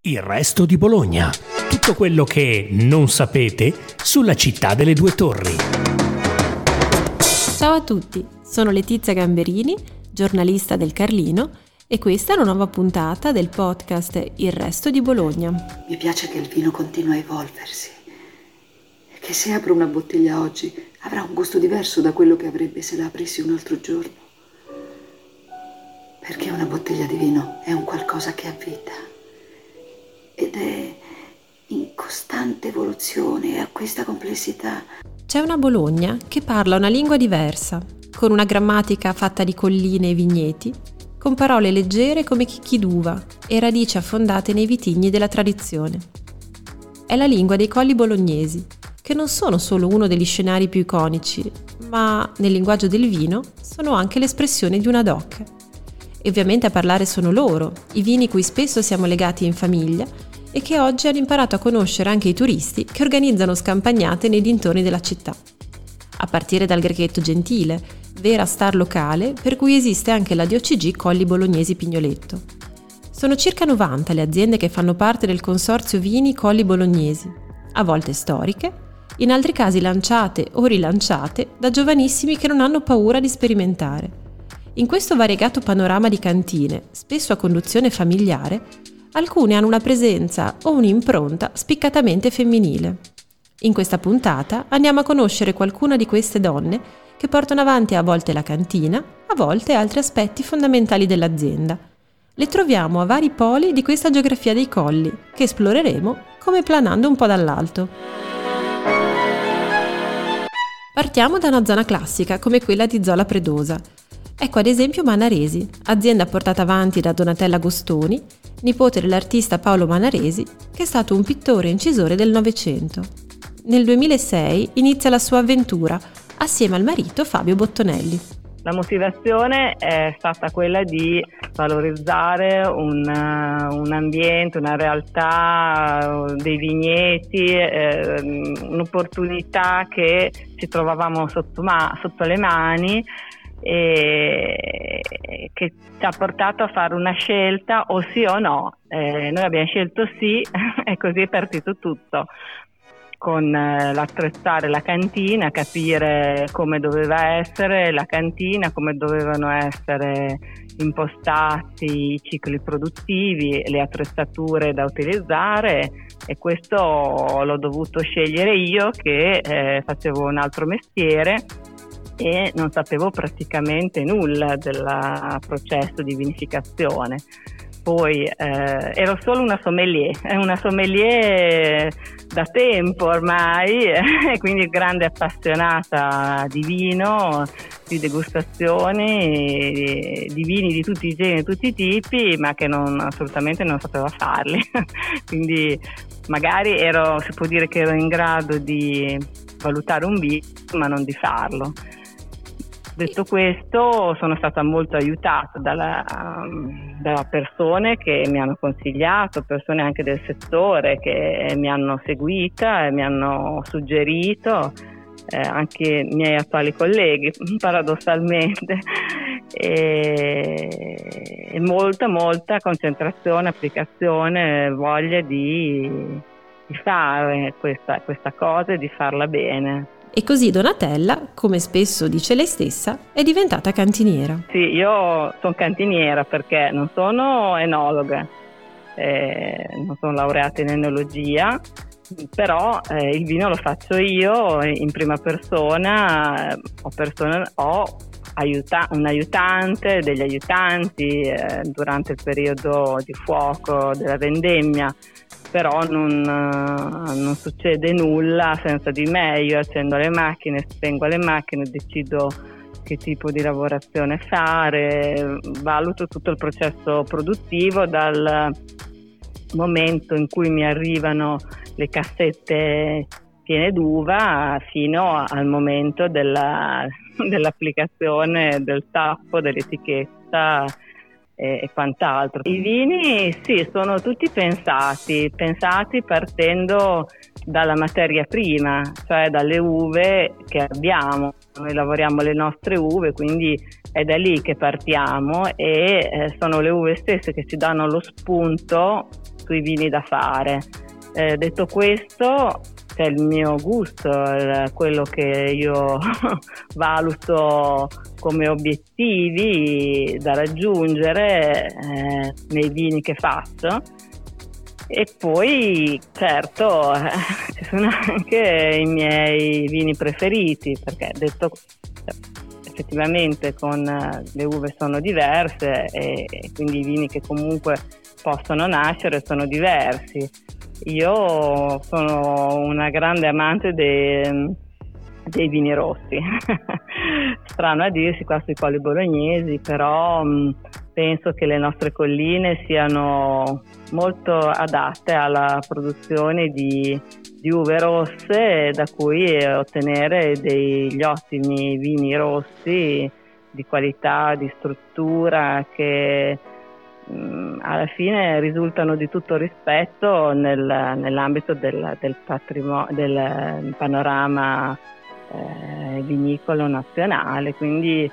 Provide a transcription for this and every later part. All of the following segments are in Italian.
Il resto di Bologna. Tutto quello che non sapete sulla città delle due torri. Ciao a tutti, sono Letizia Gamberini, giornalista del Carlino, e questa è una nuova puntata del podcast Il resto di Bologna. Mi piace che il vino continua a evolversi, che se apro una bottiglia oggi avrà un gusto diverso da quello che avrebbe se la aprissi un altro giorno. Perché una bottiglia di vino è un qualcosa che ha vita ed è in costante evoluzione e ha questa complessità. C'è una Bologna che parla una lingua diversa, con una grammatica fatta di colline e vigneti, con parole leggere come chicchi d'uva e radici affondate nei vitigni della tradizione. È la lingua dei colli bolognesi, che non sono solo uno degli scenari più iconici, ma nel linguaggio del vino sono anche l'espressione di una DOC. E ovviamente a parlare sono loro, i vini cui spesso siamo legati in famiglia e che oggi hanno imparato a conoscere anche i turisti che organizzano scampagnate nei dintorni della città. A partire dal Grechetto Gentile, vera star locale per cui esiste anche la DOCG Colli Bolognesi Pignoletto. Sono circa 90 le aziende che fanno parte del consorzio Vini Colli Bolognesi, a volte storiche, in altri casi lanciate o rilanciate da giovanissimi che non hanno paura di sperimentare. In questo variegato panorama di cantine, spesso a conduzione familiare, alcune hanno una presenza o un'impronta spiccatamente femminile. In questa puntata andiamo a conoscere qualcuna di queste donne che portano avanti a volte la cantina, a volte altri aspetti fondamentali dell'azienda. Le troviamo a vari poli di questa geografia dei colli, che esploreremo come planando un po' dall'alto. Partiamo da una zona classica come quella di Zola Predosa. Ecco ad esempio Manaresi, azienda portata avanti da Donatella Agostoni, nipote dell'artista Paolo Manaresi, che è stato un pittore e incisore del Novecento. Nel 2006 inizia la sua avventura assieme al marito Fabio Bottonelli. La motivazione è stata quella di valorizzare un ambiente, una realtà, dei vigneti, un'opportunità che ci trovavamo sotto le mani e che ci ha portato a fare una scelta o sì o no. Noi abbiamo scelto sì e così è partito tutto, con l'attrezzare la cantina, capire come doveva essere la cantina, come dovevano essere impostati i cicli produttivi, le attrezzature da utilizzare, e questo l'ho dovuto scegliere io che facevo un altro mestiere e non sapevo praticamente nulla del processo di vinificazione. Poi ero solo una sommelier da tempo ormai, quindi grande appassionata di vino, di degustazioni, di vini di tutti i generi, tutti i tipi, ma che assolutamente non sapevo farli. Quindi magari si può dire che ero in grado di valutare un vino, ma non di farlo. Detto questo, sono stata molto aiutata da persone che mi hanno consigliato, persone anche del settore che mi hanno seguita e mi hanno suggerito, anche i miei attuali colleghi, paradossalmente, e molta concentrazione, applicazione, voglia di fare questa cosa e di farla bene. E così Donatella, come spesso dice lei stessa, è diventata cantiniera. Sì, io sono cantiniera perché non sono enologa, non sono laureata in enologia, però il vino lo faccio io in prima persona, ho un aiutante, degli aiutanti durante il periodo di fuoco della vendemmia. Però non succede nulla senza di me. Io accendo le macchine, spengo le macchine, decido che tipo di lavorazione fare, valuto tutto il processo produttivo dal momento in cui mi arrivano le cassette piene d'uva fino al momento dell'applicazione del tappo, dell'etichetta e quant'altro. I vini sì, sono tutti pensati partendo dalla materia prima, cioè dalle uve che abbiamo. Noi lavoriamo le nostre uve, quindi è da lì che partiamo e sono le uve stesse che ci danno lo spunto sui vini da fare. Detto questo, c'è il mio gusto, quello che io valuto come obiettivi da raggiungere nei vini che faccio. E poi certo ci sono anche i miei vini preferiti, perché effettivamente con le uve sono diverse e quindi i vini che comunque possono nascere sono diversi. Io sono una grande amante dei vini rossi. Strano a dirsi qua sui colli bolognesi, però penso che le nostre colline siano molto adatte alla produzione di uve rosse, da cui ottenere degli ottimi vini rossi di qualità, di struttura, che alla fine risultano di tutto rispetto nell'ambito del panorama vinicolo nazionale. Quindi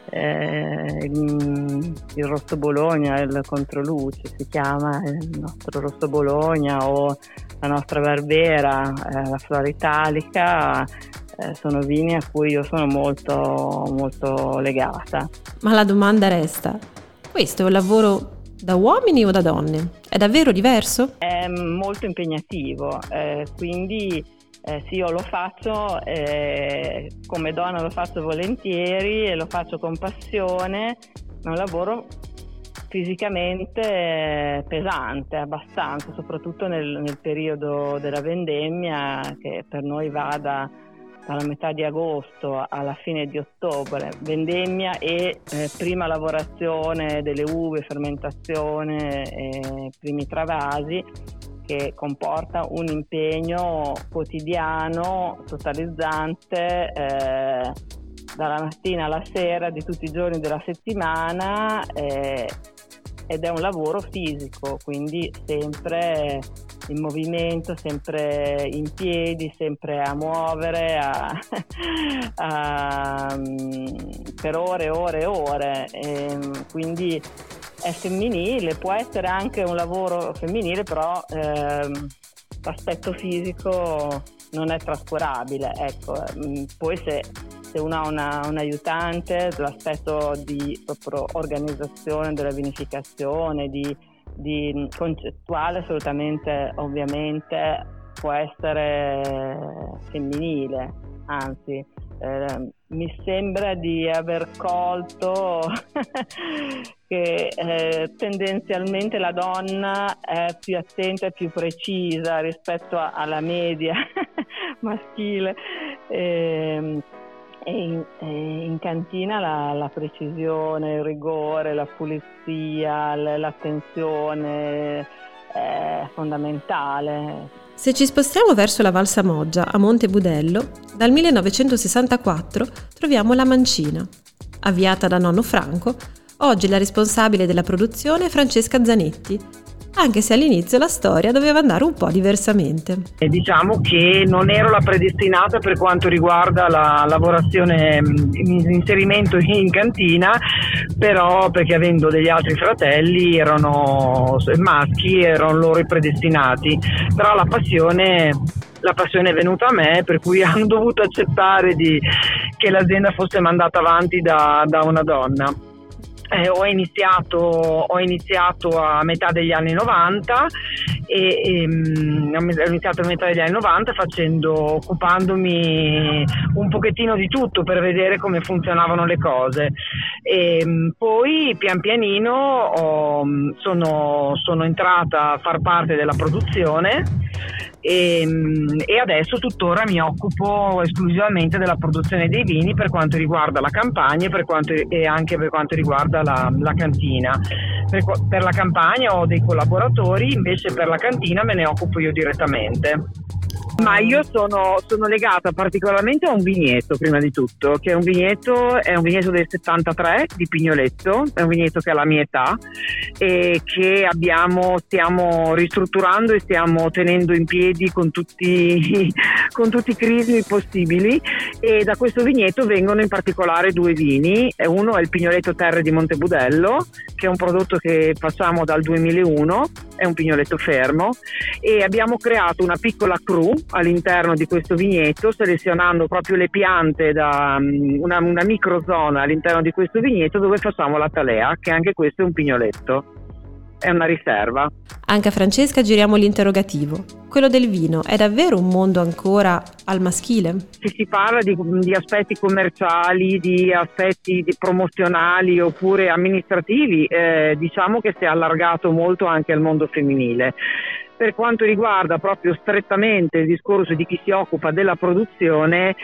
il Rosso Bologna, il Controluce si chiama, il nostro Rosso Bologna, o la nostra Barbera, la Flora Italica, sono vini a cui io sono molto molto legata. Ma la domanda resta: questo è un lavoro da uomini o da donne? È davvero diverso? È molto impegnativo, quindi sì, io lo faccio come donna, lo faccio volentieri e lo faccio con passione. È un lavoro fisicamente pesante, abbastanza, soprattutto nel periodo della vendemmia, che per noi va dalla metà di agosto alla fine di ottobre. Vendemmia e prima lavorazione delle uve, fermentazione e primi travasi, che comporta un impegno quotidiano, totalizzante, dalla mattina alla sera di tutti i giorni della settimana, ed è un lavoro fisico, quindi sempre in movimento, sempre in piedi, sempre a muovere per ore e ore e ore, quindi è femminile, può essere anche un lavoro femminile, però l'aspetto fisico non è trascurabile, ecco. Poi se uno ha un aiutante, l'aspetto di proprio organizzazione della vinificazione, di concettuale, assolutamente, ovviamente può essere femminile, anzi mi sembra di aver colto che tendenzialmente la donna è più attenta e più precisa rispetto alla media maschile, e in cantina la precisione, il rigore, la pulizia, l'attenzione è fondamentale. Se ci spostiamo verso la Val Samoggia, a Monte Budello, dal 1964 troviamo la Mancina. Avviata da nonno Franco, oggi la responsabile della produzione è Francesca Zanetti, anche se all'inizio la storia doveva andare un po' diversamente. Diciamo che non ero la predestinata per quanto riguarda la lavorazione, l'inserimento in cantina, però perché avendo degli altri fratelli erano maschi, erano loro i predestinati, però la passione è venuta a me, per cui hanno dovuto accettare che l'azienda fosse mandata avanti da una donna. Ho iniziato a metà degli anni 90 occupandomi un pochettino di tutto per vedere come funzionavano le cose, e poi pian pianino sono entrata a far parte della produzione e adesso tuttora mi occupo esclusivamente della produzione dei vini per quanto riguarda la campagna e anche per quanto riguarda la cantina. Per la campagna ho dei collaboratori, invece per la cantina me ne occupo io direttamente. Ma io sono legata particolarmente a un vigneto, prima di tutto, che è un vigneto del 73 di Pignoletto, è un vigneto che ha la mia età e che stiamo ristrutturando e stiamo tenendo in piedi con tutti i crismi possibili, e da questo vigneto vengono in particolare 2 vini. Uno è il Pignoletto Terre di Montebudello, che è un prodotto che facciamo dal 2001, è un pignoletto fermo, e abbiamo creato una piccola cru all'interno di questo vigneto, selezionando proprio le piante da una microzona all'interno di questo vigneto, dove facciamo la talea, che anche questo è un pignoletto, è una riserva. Anche a Francesca giriamo l'interrogativo. Quello del vino è davvero un mondo ancora al maschile? Se si parla di aspetti commerciali, di aspetti promozionali oppure amministrativi, diciamo che si è allargato molto anche al mondo femminile. Per quanto riguarda proprio strettamente il discorso di chi si occupa della produzione,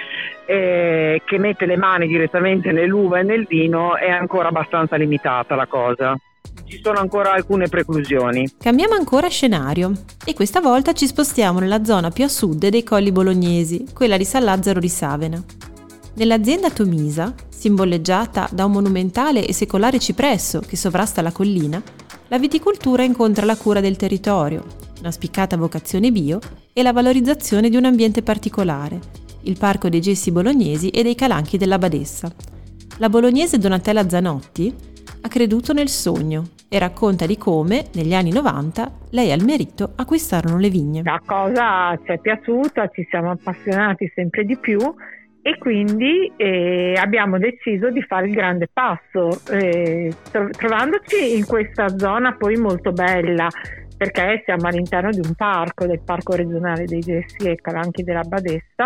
che mette le mani direttamente nell'uva e nel vino, è ancora abbastanza limitata la cosa. Ci sono ancora alcune preclusioni. Cambiamo ancora scenario e questa volta ci spostiamo nella zona più a sud dei Colli Bolognesi, quella di San Lazzaro di Savena. Nell'azienda Tomisa, simboleggiata da un monumentale e secolare cipresso che sovrasta la collina, la viticoltura incontra la cura del territorio, una spiccata vocazione bio e la valorizzazione di un ambiente particolare, il Parco dei Gessi Bolognesi e dei Calanchi della Badessa. La bolognese Donatella Zanotti ha creduto nel sogno e racconta di come, negli anni 90, lei e il marito acquistarono le vigne. La cosa ci è piaciuta, ci siamo appassionati sempre di più e quindi abbiamo deciso di fare il grande passo, trovandoci in questa zona poi molto bella, perché siamo all'interno di un parco, del Parco regionale dei Gessi e Calanchi della Badessa.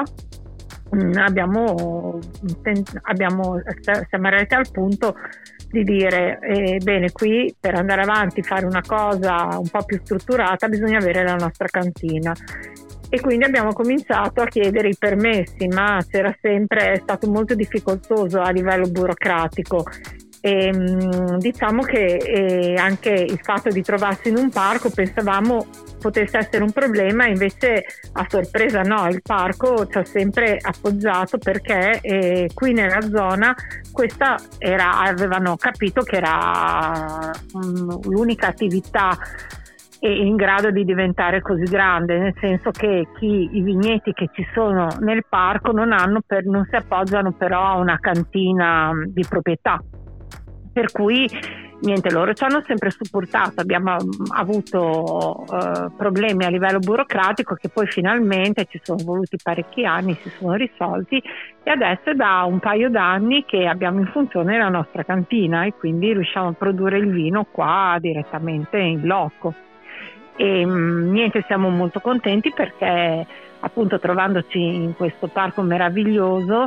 Siamo arrivati al punto di dire bene, qui per andare avanti, fare una cosa un po' più strutturata, bisogna avere la nostra cantina, e quindi abbiamo cominciato a chiedere i permessi, ma è stato molto difficoltoso a livello burocratico. E, diciamo che anche il fatto di trovarsi in un parco pensavamo potesse essere un problema, invece a sorpresa no, il parco ci ha sempre appoggiato, perché qui nella zona avevano capito che era l'unica attività in grado di diventare così grande, nel senso che i vigneti che ci sono nel parco non si appoggiano però a una cantina di proprietà. Per cui niente, loro ci hanno sempre supportato, abbiamo avuto problemi a livello burocratico che poi finalmente, ci sono voluti parecchi anni, si sono risolti, e adesso è da un paio d'anni che abbiamo in funzione la nostra cantina e quindi riusciamo a produrre il vino qua direttamente in loco. E niente, siamo molto contenti perché appunto, trovandoci in questo parco meraviglioso,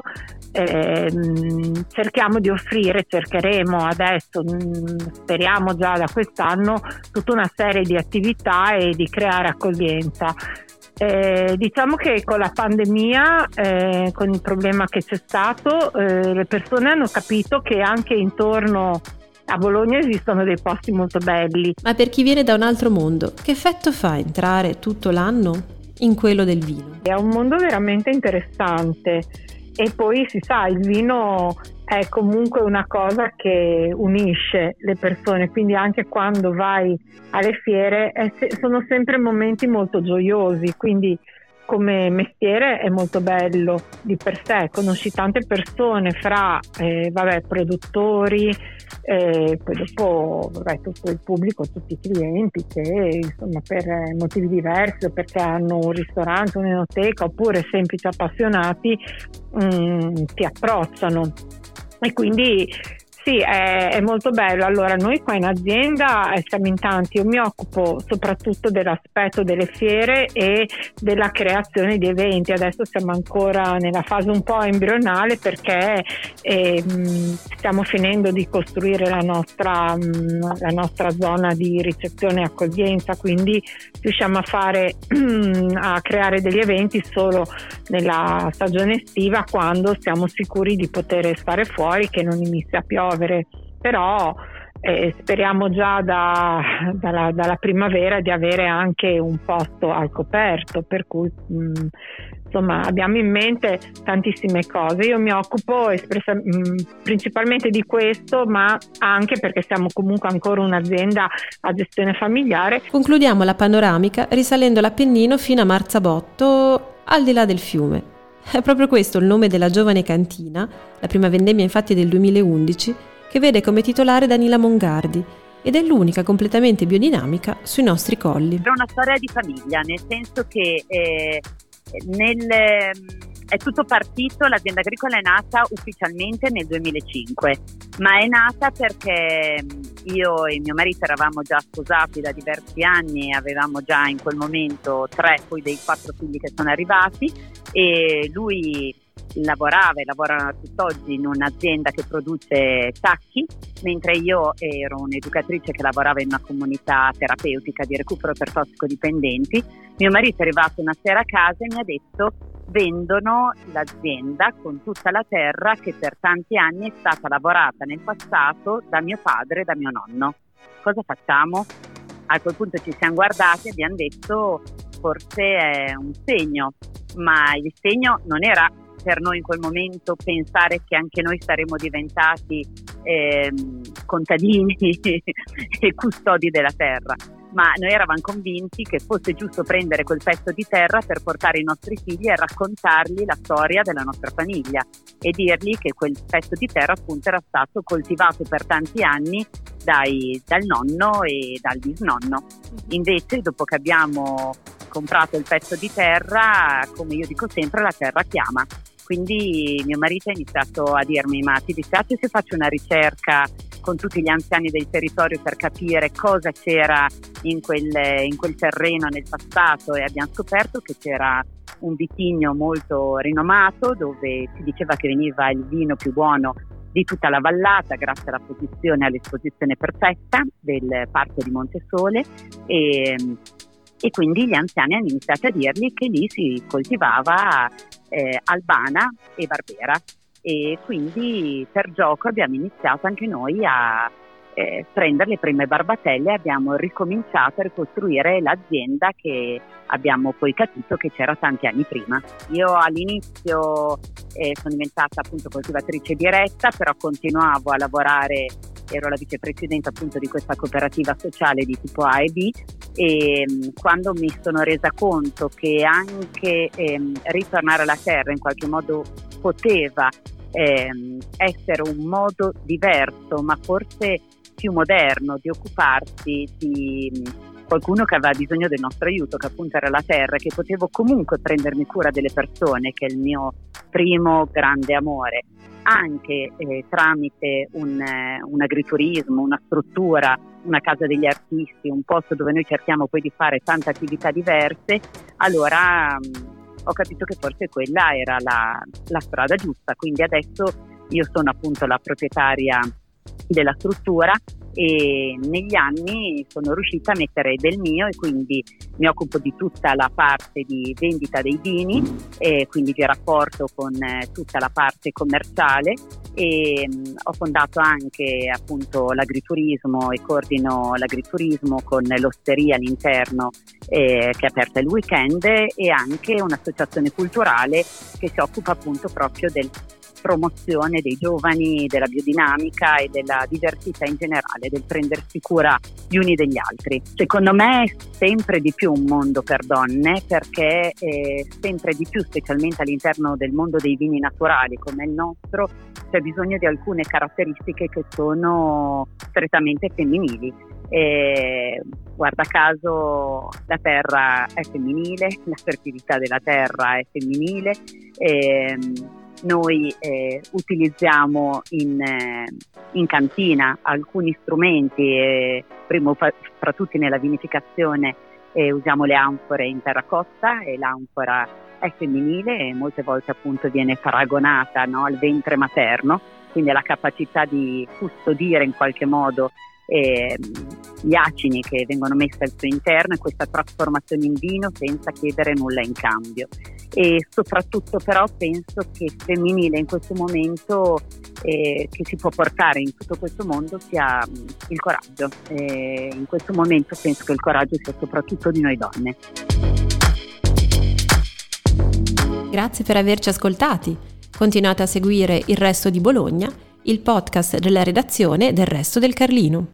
cercheremo adesso, speriamo già da quest'anno, tutta una serie di attività e di creare accoglienza. Diciamo che con la pandemia, con il problema che c'è stato, le persone hanno capito che anche intorno a Bologna esistono dei posti molto belli. Ma per chi viene da un altro mondo, che effetto fa entrare tutto l'anno in quello del vino? È un mondo veramente interessante, e poi si sa, il vino è comunque una cosa che unisce le persone, quindi anche quando vai alle fiere sono sempre momenti molto gioiosi, quindi come mestiere è molto bello di per sé, conosci tante persone fra produttori, poi dopo tutto il pubblico, tutti i clienti che insomma per motivi diversi, perché hanno un ristorante, un'enoteca oppure semplici appassionati, ti approcciano, e quindi sì, è molto bello. Allora, noi qua in azienda siamo in tanti, io mi occupo soprattutto dell'aspetto delle fiere e della creazione di eventi. Adesso siamo ancora nella fase un po' embrionale, perché stiamo finendo di costruire la nostra zona di ricezione e accoglienza, quindi riusciamo a creare degli eventi solo nella stagione estiva, quando siamo sicuri di poter stare fuori, che non inizia a piovere. Però speriamo già dalla primavera di avere anche un posto al coperto, per cui insomma abbiamo in mente tantissime cose. Io mi occupo principalmente di questo, ma anche perché siamo comunque ancora un'azienda a gestione familiare. Concludiamo la panoramica risalendo l'Appennino fino a Marzabotto, al di là del fiume. È proprio questo il nome della giovane cantina, la prima vendemmia infatti del 2011, che vede come titolare Danila Mongardi ed è l'unica completamente biodinamica sui nostri colli. È una storia di famiglia, nel senso che è tutto partito, l'azienda agricola è nata ufficialmente nel 2005, ma è nata perché io e mio marito eravamo già sposati da diversi anni, avevamo già in quel momento 3 poi dei 4 figli che sono arrivati, e lui lavorava e lavora tutt'oggi in un'azienda che produce sacchi, mentre io ero un'educatrice che lavorava in una comunità terapeutica di recupero per tossicodipendenti. Mio marito è arrivato una sera a casa e mi ha detto: vendono l'azienda con tutta la terra che per tanti anni è stata lavorata nel passato da mio padre e da mio nonno. Cosa facciamo? A quel punto ci siamo guardati e abbiamo detto: forse è un segno, ma il segno non era per noi in quel momento pensare che anche noi saremmo diventati contadini e custodi della terra, ma noi eravamo convinti che fosse giusto prendere quel pezzo di terra per portare i nostri figli e raccontargli la storia della nostra famiglia e dirgli che quel pezzo di terra appunto era stato coltivato per tanti anni dal nonno e dal bisnonno. Invece, dopo che abbiamo comprato il pezzo di terra, come io dico sempre, la terra chiama. Quindi mio marito ha iniziato a dirmi: ma ti dispiace se faccio una ricerca con tutti gli anziani del territorio per capire cosa c'era in quel terreno nel passato? E abbiamo scoperto che c'era un vitigno molto rinomato dove si diceva che veniva il vino più buono di tutta la vallata grazie all'esposizione perfetta del parco di Montesole, e quindi gli anziani hanno iniziato a dirgli che lì si coltivava albana e barbera, e quindi per gioco abbiamo iniziato anche noi a prendere le prime barbatelle e abbiamo ricominciato a ricostruire l'azienda che abbiamo poi capito che c'era tanti anni prima. Io all'inizio sono diventata appunto coltivatrice diretta, però continuavo a lavorare, ero la vicepresidente appunto di questa cooperativa sociale di tipo A e B, e quando mi sono resa conto che anche ritornare alla terra in qualche modo poteva essere un modo diverso, ma forse più moderno, di occuparsi di qualcuno che aveva bisogno del nostro aiuto, che appunto era la terra, che potevo comunque prendermi cura delle persone, che è il mio primo grande amore, anche tramite un agriturismo, una struttura, una casa degli artisti, un posto dove noi cerchiamo poi di fare tante attività diverse. Allora ho capito che forse quella era la strada giusta, quindi adesso io sono appunto la proprietaria della struttura e negli anni sono riuscita a mettere del mio, e quindi mi occupo di tutta la parte di vendita dei vini, e quindi di rapporto con tutta la parte commerciale, e ho fondato anche appunto l'agriturismo e coordino l'agriturismo con l'osteria all'interno che è aperta il weekend, e anche un'associazione culturale che si occupa appunto proprio del promozione dei giovani, della biodinamica e della diversità in generale, del prendersi cura gli uni degli altri. Secondo me è sempre di più un mondo per donne, perché sempre di più, specialmente all'interno del mondo dei vini naturali come il nostro, c'è bisogno di alcune caratteristiche che sono strettamente femminili. Guarda caso la terra è femminile, la fertilità della terra è femminile, noi utilizziamo in cantina alcuni strumenti, primo fra tutti nella vinificazione usiamo le anfore in terracotta, e l'anfora è femminile e molte volte appunto viene paragonata, no, al ventre materno, quindi alla capacità di custodire in qualche modo gli acini che vengono messi al suo interno, e questa trasformazione in vino senza chiedere nulla in cambio. e soprattutto però penso che femminile in questo momento che si può portare in tutto questo mondo sia il coraggio. In questo momento penso che il coraggio sia soprattutto di noi donne. Grazie per averci ascoltati. Continuate a seguire Il Resto di Bologna, il podcast della redazione del Resto del Carlino.